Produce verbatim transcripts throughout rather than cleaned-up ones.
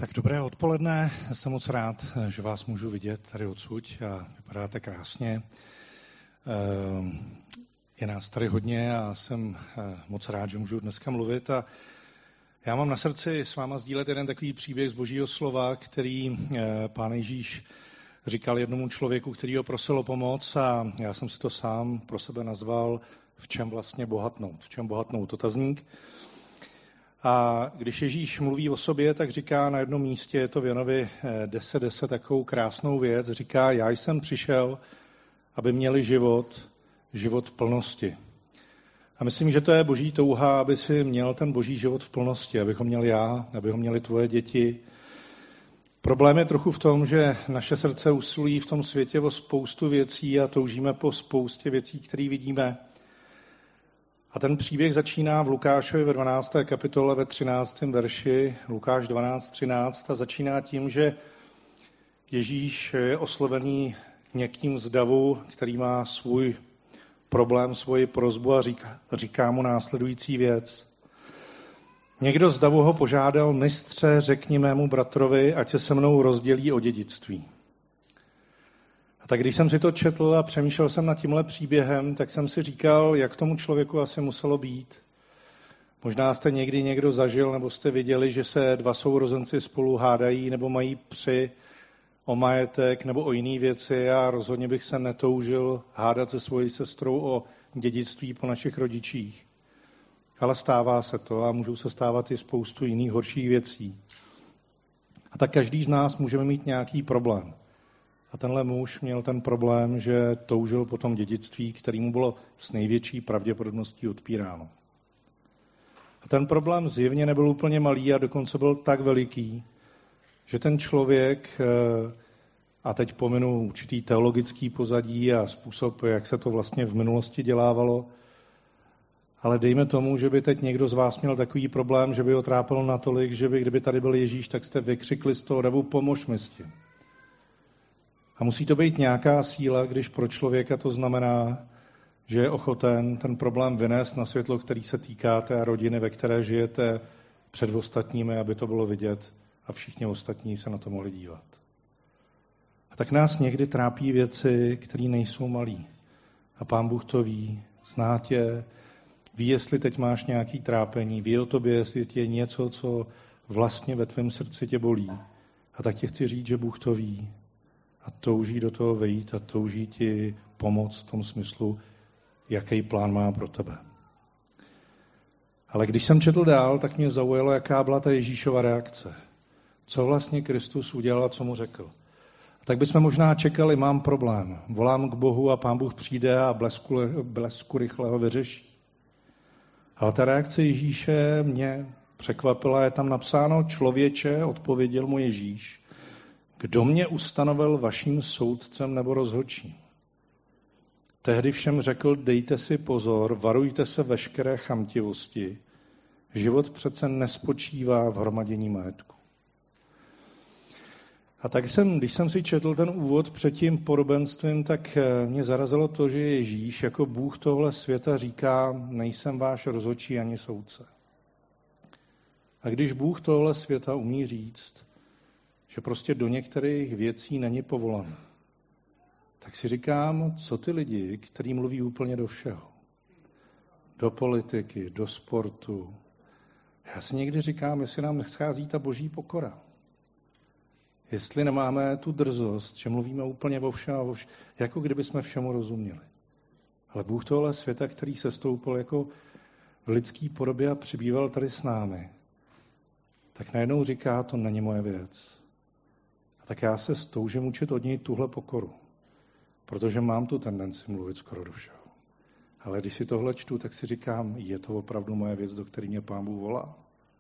Tak dobré odpoledne, jsem moc rád, že vás můžu vidět tady odsud a vypadáte krásně. Je nás tady hodně a jsem moc rád, že můžu dneska mluvit a já mám na srdci s váma sdílet jeden takový příběh z Božího slova, který Pán Ježíš říkal jednomu člověku, který ho prosil o pomoc a já jsem si to sám pro sebe nazval v čem vlastně bohatnout, v čem bohatnout, otazník. A když Ježíš mluví o sobě, tak říká na jednom místě, je to v Janovi deset deset, takovou krásnou věc, říká, já jsem přišel, aby měli život, život v plnosti. A myslím, že to je Boží touha, aby si měl ten Boží život v plnosti, aby ho měl já, aby ho měli tvoje děti. Problém je trochu v tom, že naše srdce usilují v tom světě o spoustu věcí a toužíme po spoustě věcí, které vidíme. A ten příběh začíná v Lukášovi ve dvanácté kapitole ve třináctém verši, Lukáš dvanáct třináct, a začíná tím, že Ježíš je oslovený někým z davu, který má svůj problém, svoji prosbu a říká, říká mu následující věc. Někdo z davu ho požádal, mistře, řekni mému bratrovi, ať se se mnou rozdělí o dědictví. A tak když jsem si to četl a přemýšlel jsem nad tímhle příběhem, tak jsem si říkal, jak tomu člověku asi muselo být. Možná jste někdy někdo zažil, nebo jste viděli, že se dva sourozenci spolu hádají, nebo mají při o majetek, nebo o jiné věci a rozhodně bych se netoužil hádat se svojí sestrou o dědictví po našich rodičích. Ale stává se to a můžou se stávat i spoustu jiných horších věcí. A tak každý z nás můžeme mít nějaký problém. A tenhle muž měl ten problém, že toužil po tom dědictví, který mu bylo s největší pravděpodobností odpíráno. A ten problém zjevně nebyl úplně malý a dokonce byl tak veliký, že ten člověk, a teď pominu určitý teologický pozadí a způsob, jak se to vlastně v minulosti dělávalo, ale dejme tomu, že by teď někdo z vás měl takový problém, že by ho trápilo natolik, že by, kdyby tady byl Ježíš, tak jste vykřikli z toho davu, pomož mi s tím. A musí to být nějaká síla, když pro člověka to znamená, že je ochoten ten problém vynést na světlo, který se týká té rodiny, ve které žijete, před ostatními, aby to bylo vidět a všichni ostatní se na to mohli dívat. A tak nás někdy trápí věci, které nejsou malý. A Pán Bůh to ví, zná tě, ví, jestli teď máš nějaký trápení, ví o tobě, jestli tě je něco, co vlastně ve tvém srdci tě bolí. A tak ti chci říct, že Bůh to ví. A touží do toho vejít a touží ti pomoct v tom smyslu, jaký plán má pro tebe. Ale když jsem četl dál, tak mě zaujalo, jaká byla ta Ježíšova reakce. Co vlastně Kristus udělal a co mu řekl. A tak bychom možná čekali, mám problém. Volám k Bohu a Pán Bůh přijde a blesku, blesku rychle ho vyřeší. Ale ta reakce Ježíše mě překvapila, je tam napsáno, člověče, odpověděl mu Ježíš, kdo mě ustanovil vaším soudcem nebo rozhodčím? Tehdy všem řekl, dejte si pozor, varujte se veškeré chamtivosti. Život přece nespočívá v hromadění majetku. A tak jsem, když jsem si četl ten úvod před tím podobenstvím, tak mě zarazilo to, že Ježíš jako Bůh tohle světa říká, nejsem váš rozhodčí ani soudce. A když Bůh tohle světa umí říct, že prostě do některých věcí není povolen, tak si říkám, co ty lidi, kteří mluví úplně do všeho. Do politiky, do sportu. Já si někdy říkám, jestli nám neschází ta boží pokora. Jestli nemáme tu drzost, že mluvíme úplně o všem, o všem jako kdyby jsme všemu rozuměli. Ale Bůh tohle světa, který se stoupil jako v lidský podobě a přibýval tady s námi, tak najednou říká, to není moje věc. A tak já se toužím učit od něj tuhle pokoru, protože mám tu tendenci mluvit skoro do všeho. Ale když si tohle čtu, tak si říkám, je to opravdu moje věc, do které mě Pán Bůh volá.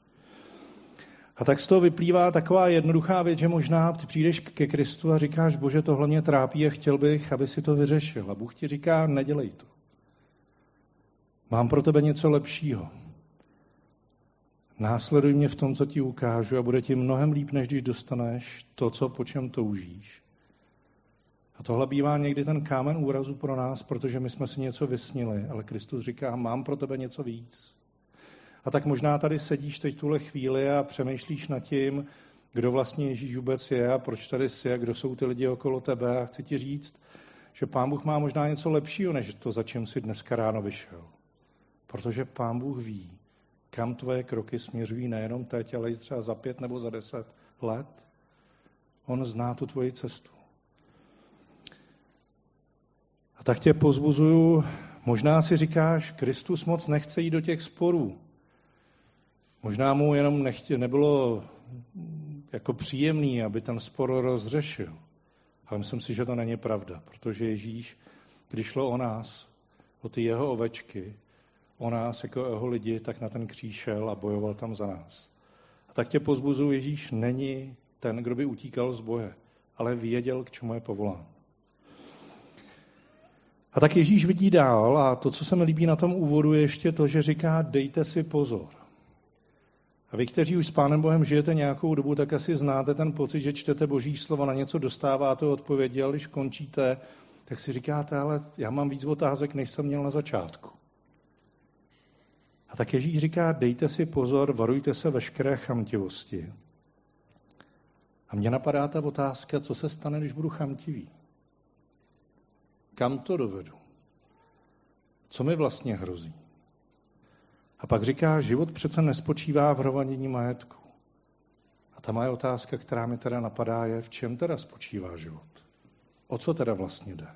A tak z toho vyplývá taková jednoduchá věc, že možná ty přijdeš ke Kristu a říkáš, Bože, tohle mě trápí a chtěl bych, aby si to vyřešil. A Bůh ti říká, nedělej to. Mám pro tebe něco lepšího. Následuj mě v tom, co ti ukážu a bude ti mnohem líp, než když dostaneš to, co po čem toužíš. A tohle bývá někdy ten kámen úrazu pro nás, protože my jsme si něco vysnili, ale Kristus říká, mám pro tebe něco víc. A tak možná tady sedíš teď tuhle chvíli a přemýšlíš nad tím, kdo vlastně Ježíš vůbec je a proč tady jsi a kdo jsou ty lidi okolo tebe. A chci ti říct, že Pán Bůh má možná něco lepšího, než to, za čím jsi dneska ráno vyšel. Protože Pán Bůh ví, kam tvoje kroky směřují nejenom teď, ale i třeba za pět nebo za deset let. On zná tu tvoji cestu. A tak tě pozbuzuju, možná si říkáš, Kristus moc nechce jít do těch sporů. Možná mu jenom nechtě, nebylo jako příjemný, aby ten spor rozřešil. Ale myslím si, že to není pravda, protože Ježíš, když šlo o nás, o ty jeho ovečky, o nás jako jeho lidi, tak na ten kříž šel a bojoval tam za nás. A tak tě pozbuzuju, Ježíš není ten, kdo by utíkal z boje, ale věděl, k čemu je povolán. A tak Ježíš vidí dál a to, co se mi líbí na tom úvodu, je ještě to, že říká, dejte si pozor. A vy, kteří už s Pánem Bohem žijete nějakou dobu, tak asi znáte ten pocit, že čtete Boží slovo, na něco dostáváte odpovědi, ale když končíte, tak si říkáte, ale já mám víc otázek, než jsem měl na začátku. A tak Ježíš říká, dejte si pozor, varujte se veškeré chamtivosti. A mně napadá ta otázka, co se stane, když budu chamtivý. Kam to dovedu? Co mi vlastně hrozí? A pak říká, život přece nespočívá v hromadění majetku. A ta moje otázka, která mi teda napadá, je, v čem teda spočívá život? O co teda vlastně jde?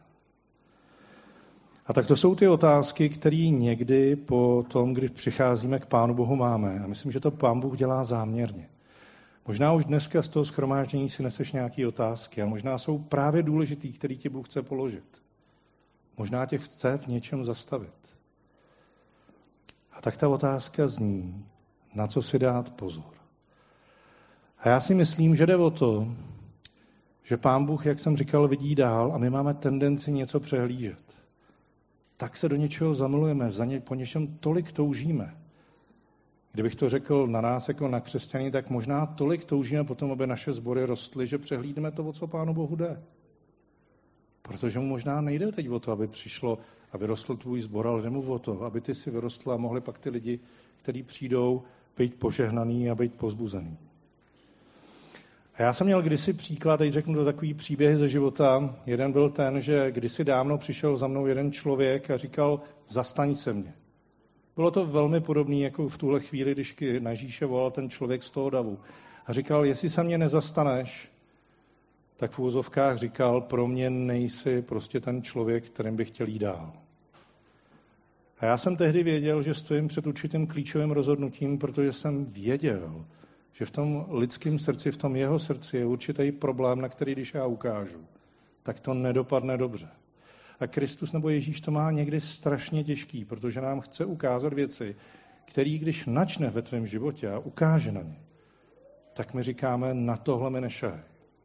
A tak to jsou ty otázky, které někdy po tom, když přicházíme k Pánu Bohu, máme. A myslím, že to Pán Bůh dělá záměrně. Možná už dneska z toho shromáždění si neseš nějaké otázky a možná jsou právě důležitý, který ti Bůh chce položit. Možná tě chce v něčem zastavit. A tak ta otázka zní, na co si dát pozor. A já si myslím, že jde o to, že Pán Bůh, jak jsem říkal, vidí dál a my máme tendenci něco přehlížet. Tak se do něčeho zamilujeme, za ně, po něčem tolik toužíme. Kdybych to řekl na nás jako na křesťany, tak možná tolik toužíme potom, aby naše sbory rostly, že přehlídneme to, o co Pánu Bohu jde. Protože mu možná nejde teď o to, aby přišlo a vyrostl tvůj sbor, ale jde mu o to, aby ty si vyrostl a mohli pak ty lidi, kteří přijdou, být požehnaný a být pozbuzený. A já jsem měl kdysi příklad, teď řeknu to takový příběhy ze života. Jeden byl ten, že kdysi dávno přišel za mnou jeden člověk a říkal, zastaň se mě. Bylo to velmi podobné jako v tuhle chvíli, když na Ježíše volal ten člověk z toho davu. A říkal, jestli se mě nezastaneš, tak v úvozovkách říkal, pro mě nejsi prostě ten člověk, kterým bych chtěl jít dál. A já jsem tehdy věděl, že stojím před určitým klíčovým rozhodnutím, protože jsem věděl, že v tom lidském srdci, v tom jeho srdci je určitý problém, na který, když já ukážu, tak to nedopadne dobře. A Kristus nebo Ježíš to má někdy strašně těžký, protože nám chce ukázat věci, které když načne ve tvém životě a ukáže na ně, tak my říkáme, na tohle mi nešahej.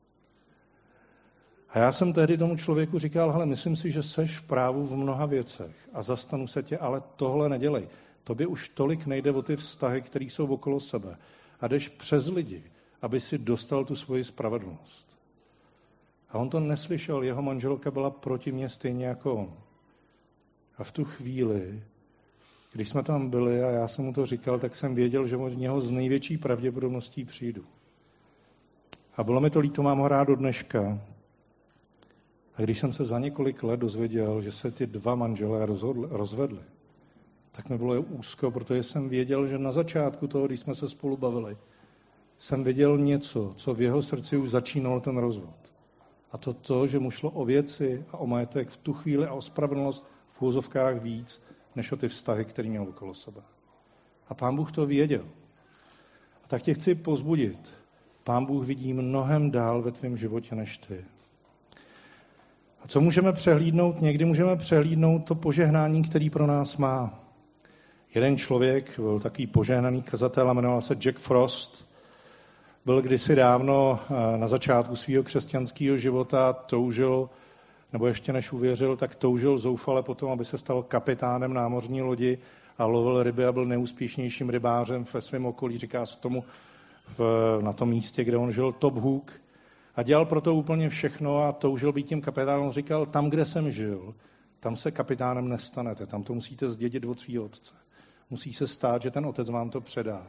A já jsem tehdy tomu člověku říkal, hele, myslím si, že seš v právu v mnoha věcech a zastanu se tě, ale tohle nedělej. Tobě už tolik nejde o ty vztahy, které jsou okolo sebe. A jdeš přes lidi, aby si dostal tu svoji spravedlnost. A on to neslyšel, jeho manželka byla proti mně stejně jako on. A v tu chvíli, když jsme tam byli a já jsem mu to říkal, tak jsem věděl, že od něho z největší pravděpodobností přijdu. A bylo mi to líto, mám ho rád do dneška. A když jsem se za několik let dozvěděl, že se ty dva manželé rozhodli, rozvedli, tak mi bylo úzko, protože jsem věděl, že na začátku toho, když jsme se spolu bavili, jsem viděl něco, co v jeho srdci už začínalo ten rozvod. A to to, že mu šlo o věci a o majetek v tu chvíli a o spravedlnost v úzovkách víc, než o ty vztahy, které měl okolo sebe. A Pán Bůh to věděl. A tak tě chci pozbudit. Pán Bůh vidí mnohem dál ve tvém životě než ty. A co můžeme přehlídnout? Někdy můžeme přehlídnout to požehnání, který pro nás má. Jeden člověk, byl takový požehnaný kazatel a jmenoval se Jack Frost, byl kdysi dávno na začátku svého křesťanského života, toužil, nebo ještě než uvěřil, tak toužil zoufale potom, aby se stal kapitánem námořní lodi a lovil ryby a byl nejúspěšnějším rybářem ve svém okolí, říká se tomu v, na tom místě, kde on žil, Top Hook. A dělal pro to úplně všechno a toužil být tím kapitánem. On říkal, tam, kde jsem žil, tam se kapitánem nestanete, tam to musíte zdědit od svého otce. Musí se stát, že ten otec vám to předá.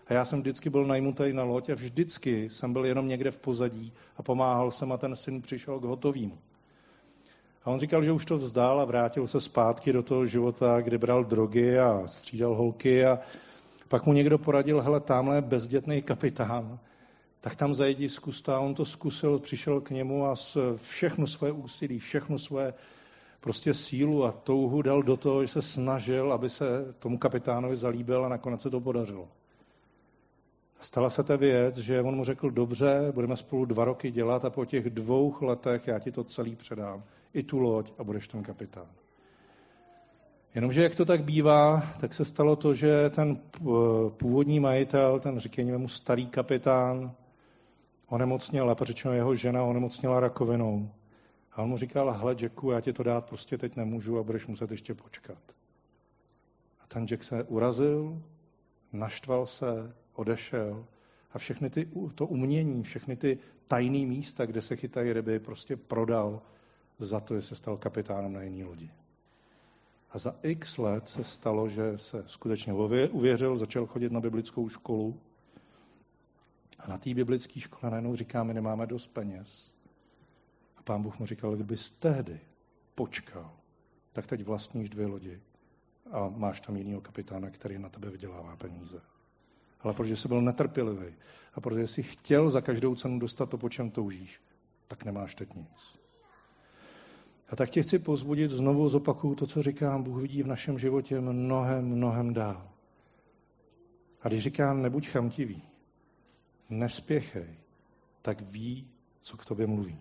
A já jsem vždycky byl najmutý na loď a vždycky jsem byl jenom někde v pozadí a pomáhal jsem a ten syn přišel k hotovým. A on říkal, že už to vzdal a vrátil se zpátky do toho života, kdy bral drogy a střídal holky a pak mu někdo poradil, hele, tamhle je bezdětný kapitán, tak tam zajdi, zkus to. A on to zkusil, přišel k němu a všechno své úsilí, všechno své prostě sílu a touhu dal do toho, že se snažil, aby se tomu kapitánovi zalíbil a nakonec se to podařilo. Stala se ta věc, že on mu řekl, dobře, budeme spolu dva roky dělat a po těch dvou letech já ti to celý předám. I tu loď a budeš ten kapitán. Jenomže jak to tak bývá, tak se stalo to, že ten původní majitel, ten říkejme mu starý kapitán, onemocněl, lépe řečeno jeho žena onemocněla rakovinou. A on mu říkal, hele Jacku, já ti to dát prostě teď nemůžu a budeš muset ještě počkat. A ten Jack se urazil, naštval se, odešel a všechny ty, to umění, všechny ty tajný místa, kde se chytají ryby, prostě prodal za to, že se stal kapitánem na jiné lodi. A za x let se stalo, že se skutečně uvěřil, začal chodit na biblickou školu a na té biblické škole najednou říká, my nemáme dost peněz. A pán Bůh mu říkal, kdybys tehdy počkal, tak teď vlastníš dvě lodi a máš tam jinýho kapitána, který na tebe vydělává peníze. Ale protože jsi byl netrpělivý a protože jsi chtěl za každou cenu dostat to, po čem toužíš, tak nemáš teď nic. A tak tě chci povzbudit, znovu zopakuju to, co říkám, Bůh vidí v našem životě mnohem, mnohem dál. A když říkám, nebuď chamtivý, nespěchej, tak ví, co k tobě mluví.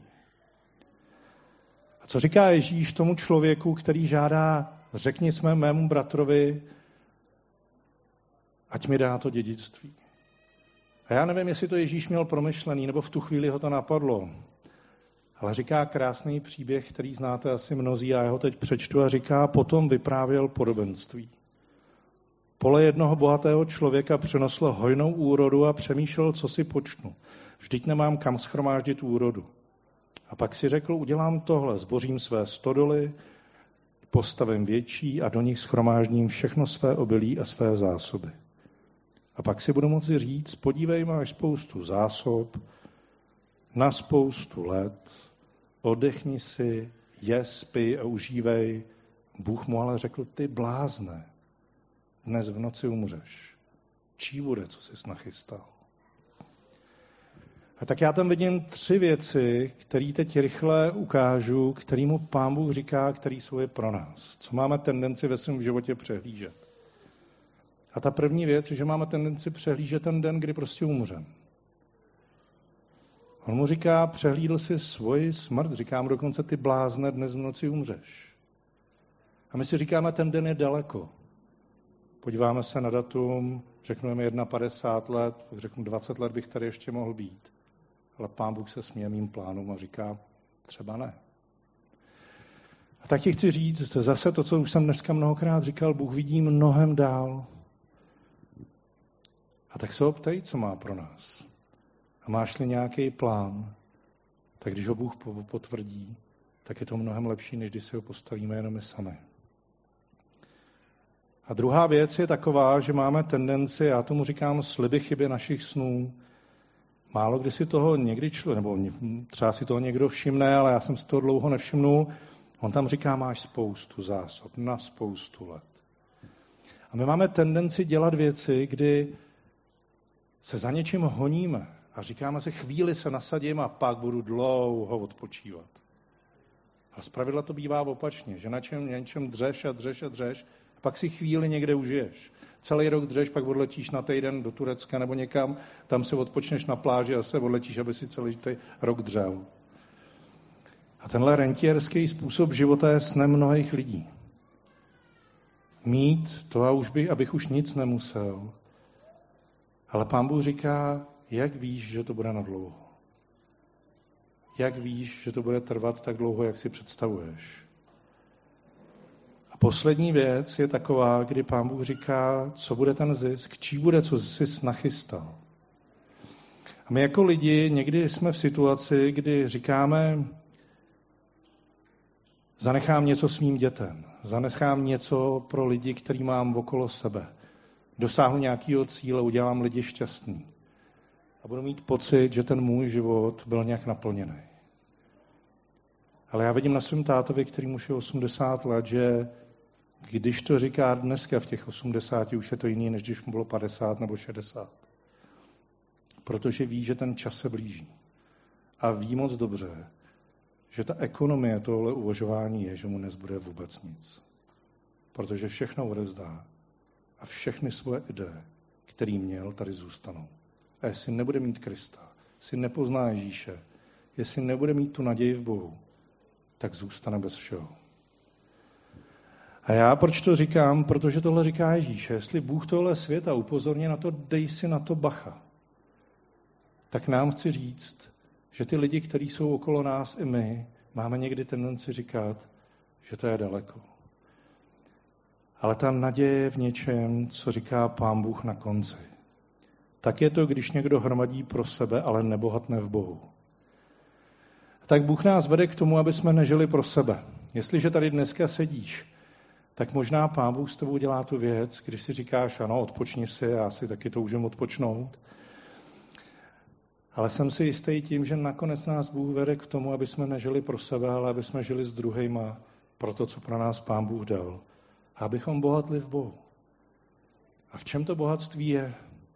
A co říká Ježíš tomu člověku, který žádá, řekni jsme mému bratrovi, ať mi dá to dědictví. A já nevím, jestli to Ježíš měl promyšlený, nebo v tu chvíli ho to napadlo. Ale říká krásný příběh, který znáte asi mnozí, a já ho teď přečtu a říká, potom vyprávěl podobenství. Pole jednoho bohatého člověka přineslo hojnou úrodu a přemýšlel, co si počnu. Vždyť nemám kam shromáždit úrodu. A pak si řekl, udělám tohle, zbořím své stodoly, postavím větší a do nich shromáždím všechno své obilí a své zásoby. A pak si budu moci říct, podívej, máš spoustu zásob, na spoustu let, oddechni si, jes, pij a užívej. Bůh mu ale řekl, ty blázne, dnes v noci umřeš. Čí bude, co jsi nachystal? A tak já tam vidím tři věci, které teď rychle ukážu, kterýmu Pán Bůh říká, který jsou je pro nás. Co máme tendenci ve svém životě přehlížet. A ta první věc je, že máme tendenci přehlížet ten den, kdy prostě umřem. On mu říká, přehlídl si svoji smrt, říkám dokonce, ty blázne, dnes v noci umřeš. A my si říkáme, ten den je daleko. Podíváme se na datum, řekneme padesát jedna let, pak řeknu dvacet let bych tady ještě mohl být. Ale Pán Bůh se směje mým plánům a říká, třeba ne. A tak ti chci říct, zase to, co už jsem dneska mnohokrát říkal, Bůh vidí mnohem dál. A tak se ho ptej, co má pro nás. A máš-li nějaký plán, tak když ho Bůh potvrdí, tak je to mnohem lepší, než když si ho postavíme jenom my sami. A druhá věc je taková, že máme tendenci, já tomu říkám sliby chyby našich snů. Málo kdy si toho někdy člověk, nebo třeba si toho někdo všimne, ale já jsem si toho dlouho nevšimnul. On tam říká, máš spoustu zásob, na spoustu let. A my máme tendenci dělat věci, kdy se za něčím honíme a říkáme si, chvíli se nasadím a pak budu dlouho odpočívat. Ale zpravidla to bývá opačně, že na čem něčem dřeš a dřeš a dřeš, a pak si chvíli někde užiješ. Celý rok dřeš, pak odletíš na týden do Turecka nebo někam, tam se odpočneš na pláži a se odletíš, aby si celý rok dřel. A tenhle rentierský způsob života je snem mnohých lidí. Mít to, a už bych, abych už nic nemusel. Ale Pán Bůh říká, jak víš, že to bude na dlouho? Jak víš, že to bude trvat tak dlouho, jak si představuješ? A poslední věc je taková, kdy Pán Bůh říká, co bude ten zisk, čí bude, co jsi nachystal. A my jako lidi někdy jsme v situaci, kdy říkáme, zanechám něco svým dětem, zanechám něco pro lidi, který mám okolo sebe. dosáhnu nějakého cíle, udělám lidi šťastný. A budu mít pocit, že ten můj život byl nějak naplněný. Ale já vidím na svém tátovi, který už je osmdesát let, že když to říká dneska v těch osmdesáti, už je to jiný, než když mu bylo padesát nebo šedesát. Protože ví, že ten čas se blíží. A ví moc dobře, že ta ekonomie tohle uvažování je, že mu nezbude vůbec nic. Protože všechno odevzdá a všechny svoje ideje, který měl, tady zůstanou. A jestli nebude mít Krista, jestli nepozná Ježíše, jestli nebude mít tu naději v Bohu, tak zůstane bez všeho. A já proč to říkám? Protože tohle říká Ježíš. Jestli Bůh tohle světa upozorní na to, dej si na to bacha. Tak nám chci říct, že ty lidi, kteří jsou okolo nás i my, máme někdy tendenci říkat, že to je daleko. Ale ta naděje je v něčem, co říká Pán Bůh na konci. Tak je to, když někdo hromadí pro sebe, ale nebohatne v Bohu. Tak Bůh nás vede k tomu, aby jsme nežili pro sebe. Jestliže tady dneska sedíš, tak možná Pán Bůh s tebou dělá tu věc, když si říkáš, ano, odpočni si, já si taky toužím odpočnout. Ale jsem si jistý tím, že nakonec nás Bůh vede k tomu, aby jsme nežili pro sebe, ale aby jsme žili s druhejma pro to, co pro nás Pán Bůh dal. A abychom bohatli v Bohu. A v čem to bohatství je?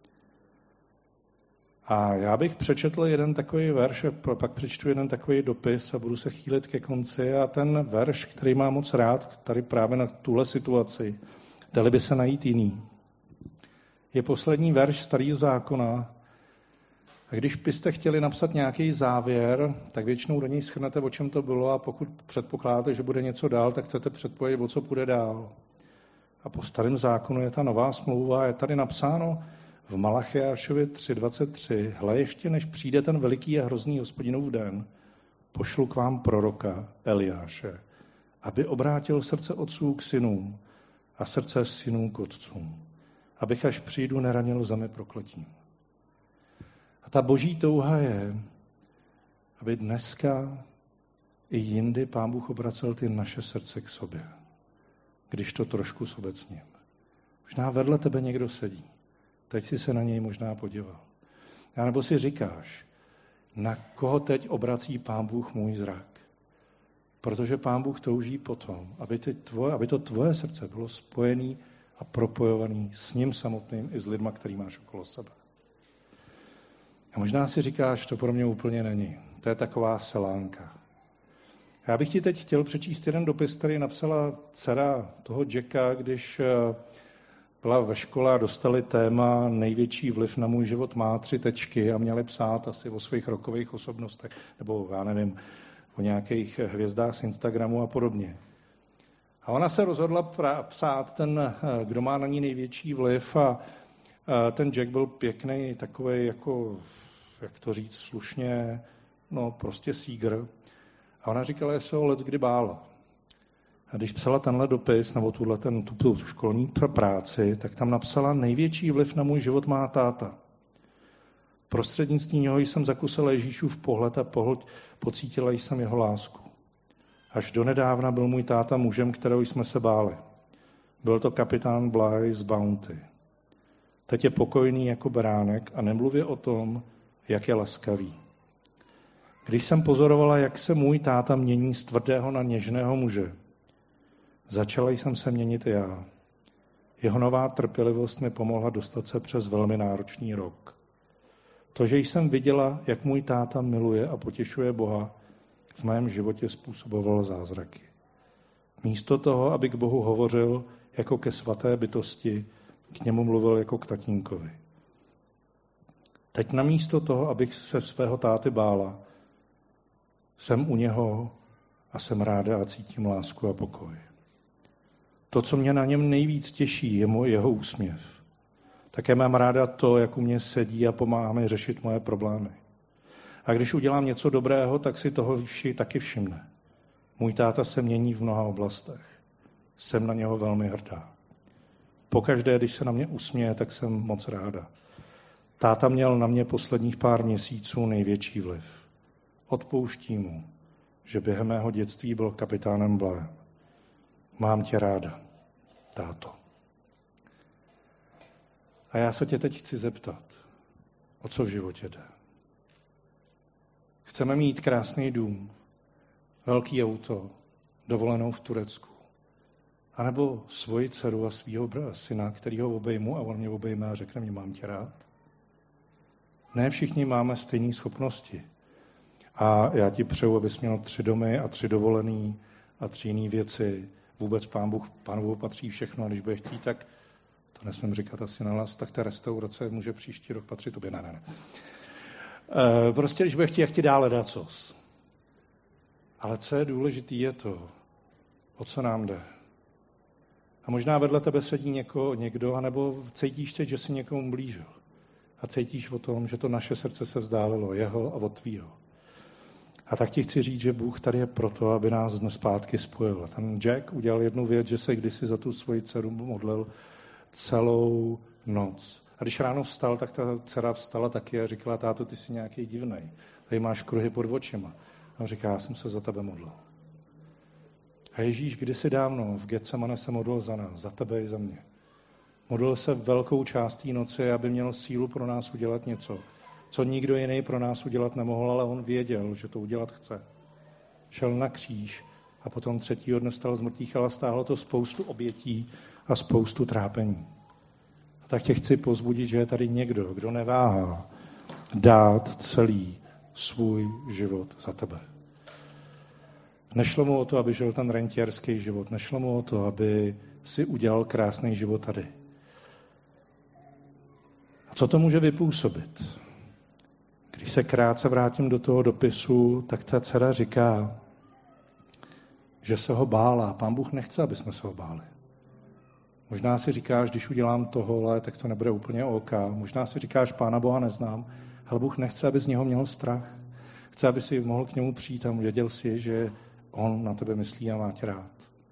A já bych přečetl jeden takový verš, pak přečtu jeden takový dopis a budu se chýlit ke konci. A ten verš, který mám moc rád, tady právě na tuhle situaci, dali by se najít jiný. Je poslední verš Starého zákona. A když byste chtěli napsat nějaký závěr, tak většinou do něj shrnete, o čem to bylo, a pokud předpokládáte, že bude něco dál, tak chcete předpovědět, o co půjde dál. A po Starém zákonu je ta nová smlouva, je tady napsáno v Malachiášově tři dvacet tři. Hle, ještě než přijde ten veliký a hrozný Hospodinův den, pošlu k vám proroka Eliáše, aby obrátil srdce otců k synům a srdce synů k otcům, abych až přijdu neranil zemi prokletím. A ta boží touha je, aby dneska i jindy Pán Bůh obracel ty naše srdce k sobě, když to trošku sobecním. Možná vedle tebe někdo sedí. Teď si se na něj možná podíval. A nebo si říkáš, na koho teď obrací Pán Bůh můj zrak? Protože Pán Bůh touží potom, aby, ty tvoje, aby to tvoje srdce bylo spojené a propojované s ním samotným i s lidma, který máš okolo sebe. A možná si říkáš, to pro mě úplně není. To je taková selánka. Já bych ti teď chtěl přečíst jeden dopis, který napsala dcera toho Jacka, když byla ve škole a dostali téma největší vliv na můj život má tři tečky a měli psát asi o svých rokových osobnostech, nebo já nevím, o nějakých hvězdách z Instagramu a podobně. A ona se rozhodla psát ten, kdo má na ní největší vliv, a ten Jack byl pěkný, takovej jako, jak to říct slušně, no prostě sígr. A ona říkala, že se ho leckdy bála. A když psala tenhle dopis, nebo tuhle ten, tu, tu školní práci, tak tam napsala, největší vliv na můj život má táta. Prostřednictvím něho jsem zakusila Ježíšův pohled a pohled, pocítila jsem jeho lásku. Až donedávna byl můj táta mužem, kterého jsme se báli. Byl to kapitán Bly z Bounty. Teď je pokojný jako beránek a nemluvě o tom, jak je laskavý. Když jsem pozorovala, jak se můj táta mění z tvrdého na něžného muže, začala jsem se měnit i já. Jeho nová trpělivost mi pomohla dostat se přes velmi náročný rok. To, že jsem viděla, jak můj táta miluje a potěšuje Boha, v mém životě způsoboval zázraky. Místo toho, aby k Bohu hovořil jako ke svaté bytosti, k němu mluvil jako k tatínkovi. Teď namísto toho, abych se svého táty bála, jsem u něho a jsem ráda a cítím lásku a pokoj. To, co mě na něm nejvíc těší, je můj jeho úsměv. Také mám ráda to, jak u mě sedí a pomáhá mi řešit moje problémy. A když udělám něco dobrého, tak si toho vši, taky všimne. Můj táta se mění v mnoha oblastech. Jsem na něho velmi hrdá. Pokaždé, když se na mě usměje, tak jsem moc ráda. Táta měl na mě posledních pár měsíců největší vliv. Odpouštím mu, že během mého dětství byl kapitánem Blyem. Mám tě ráda, táto. A já se tě teď chci zeptat, o co v životě jde. Chceme mít krásný dům, velký auto, dovolenou v Turecku. A nebo svoji dceru a svýho syna, který ho obejmu a on mě obejme a řekne, mě mám tě rád. Ne všichni máme stejné schopnosti. A já ti přeju, abys měl tři domy a tři dovolený a tři jiné věci. Vůbec Pán Bůh, Pánu Bohu patří všechno a když bude chtít, tak to nesmím říkat asi nahlas, tak ta restaurace může příští rok patřit tobě. Ne, ne, ne. E, prostě, když bude chtít, jak ti dále dát cos. Ale co je důležité, je to, o co nám jde. A možná vedle tebe sedí něko, někdo, anebo cítíš teď, že jsi někomu blížil. A cítíš o tom, že to naše srdce se vzdálilo, jeho a od tvýho. A tak ti chci říct, že Bůh tady je proto, aby nás dnes zpátky spojil. Ten Jack udělal jednu věc, že se kdysi za tu svoji dceru modlil celou noc. A když ráno vstal, tak ta dcera vstala taky a říkala, táto, ty jsi nějaký divnej. Tady máš kruhy pod očima. A on říká, já jsem se za tebe modlil. A Ježíš kdysi dávno v Getsemane se modlil za nás, za tebe i za mě. Modlil se velkou část té noci, aby měl sílu pro nás udělat něco, co nikdo jiný pro nás udělat nemohl, ale on věděl, že to udělat chce. Šel na kříž a potom třetího dne vstal z mrtvých, ale stálo to spoustu obětí a spoustu trápení. A tak tě chci povzbudit, že je tady někdo, kdo neváhá dát celý svůj život za tebe. Nešlo mu o to, aby žil ten rentierský život, nešlo mu o to, aby si udělal krásný život tady. A co to může vypůsobit? Když se krátce vrátím do toho dopisu, tak ta dcera říká, že se ho bála. Pán Bůh nechce, aby jsme se ho báli. Možná si říkáš, když udělám tohle, tak to nebude úplně OK. Možná si říkáš, Pána Boha neznám, ale Bůh nechce, aby z něho měl strach. Chce, aby si mohl k němu přijít a věděl si, že on na tebe myslí a má tě rád.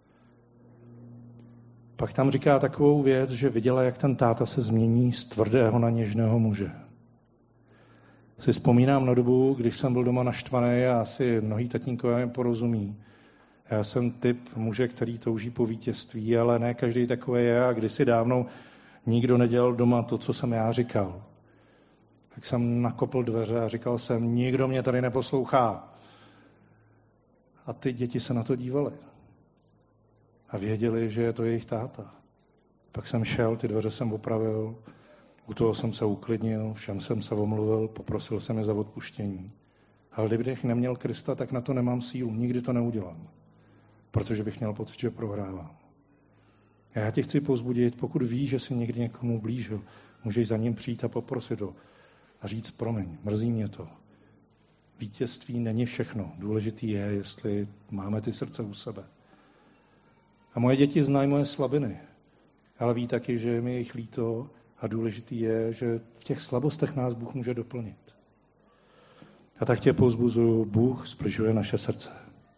Pak tam říká takovou věc, že viděla, jak ten táta se změní z tvrdého na něžného muže. Si vzpomínám na dobu, když jsem byl doma naštvaný a asi mnohý tatínkové porozumí. Já jsem typ muže, který touží po vítězství, ale ne každý takový je a kdysi dávno nikdo nedělal doma to, co jsem já říkal. Tak jsem nakopl dveře a říkal jsem, nikdo mě tady neposlouchá. A ty děti se na to dívaly. A věděli, že je to jejich táta. Pak jsem šel, ty dveře jsem opravil, u toho jsem se uklidnil, všem jsem se omluvil, poprosil jsem je za odpuštění. Ale kdybych neměl Krista, tak na to nemám sílu, nikdy to neudělám. Protože bych měl pocit, že prohrávám. A já tě chci povzbudit, pokud víš, že jsi někdy někomu blížil, můžeš za ním přijít a poprosit ho a říct, promiň, mrzí mě to. Vítězství není všechno. Důležitý je, jestli máme ty srdce u sebe. A moje děti znají moje slabiny, ale ví taky, že mi jich líto a důležitý je, že v těch slabostech nás Bůh může doplnit. A tak tě povzbuzuju, Bůh sbližuje naše srdce.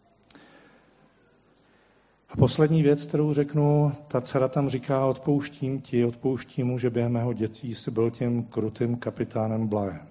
A poslední věc, kterou řeknu, ta dcera tam říká, odpouštím ti, odpouštím mu, že během mého dětství jsi byl tím krutým kapitánem Blahem.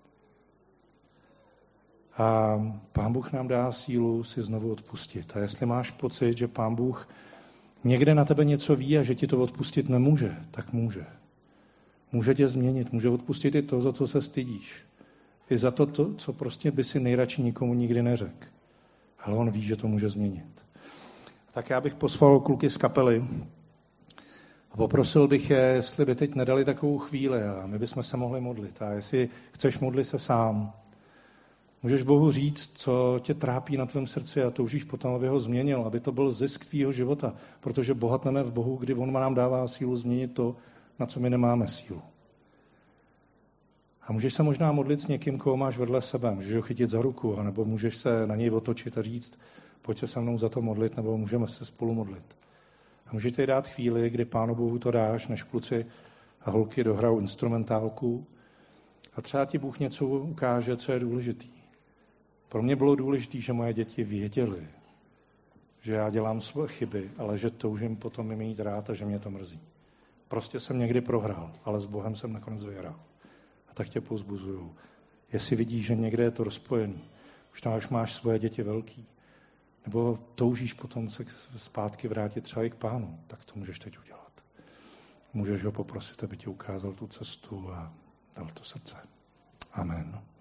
A Pán Bůh nám dá sílu si znovu odpustit. A jestli máš pocit, že Pán Bůh někde na tebe něco ví a že ti to odpustit nemůže, tak může. Může tě změnit, může odpustit i to, za co se stydíš. I za to, to co prostě by si nejradši nikomu nikdy neřekl. Ale on ví, že to může změnit. Tak já bych pozval kluky z kapely a poprosil bych je, jestli by teď nedali takovou chvíli a my bychom se mohli modlit. A jestli chceš, modlit se sám. Můžeš Bohu říct, co tě trápí na tvém srdci a toužíš potom, aby ho změnil, aby to byl zisk tvýho života, protože bohatneme v Bohu, kdy on nám dává sílu změnit to, na co my nemáme sílu. A můžeš se možná modlit s někým, koho máš vedle sebe, můžeš ho chytit za ruku, anebo můžeš se na něj otočit a říct, pojď se se mnou za to modlit, nebo můžeme se spolu modlit. A můžete jí dát chvíli, kdy Pánu Bohu to dáš, než kluci a holky dohrajou instrumentálku a třeba ti Bůh něco ukáže, co je důležitý. Pro mě bylo důležité, že moje děti věděly, že já dělám svoje chyby, ale že toužím potom je mít rád a že mě to mrzí. Prostě jsem někdy prohrál, ale s Bohem jsem nakonec vyhrál. A tak tě povzbuzuju. Jestli vidíš, že někde je to rozpojený, už tam už máš svoje děti velký, nebo toužíš potom se zpátky vrátit třeba i k Pánu, tak to můžeš teď udělat. Můžeš ho poprosit, aby ti ukázal tu cestu a dal to srdce. Amen.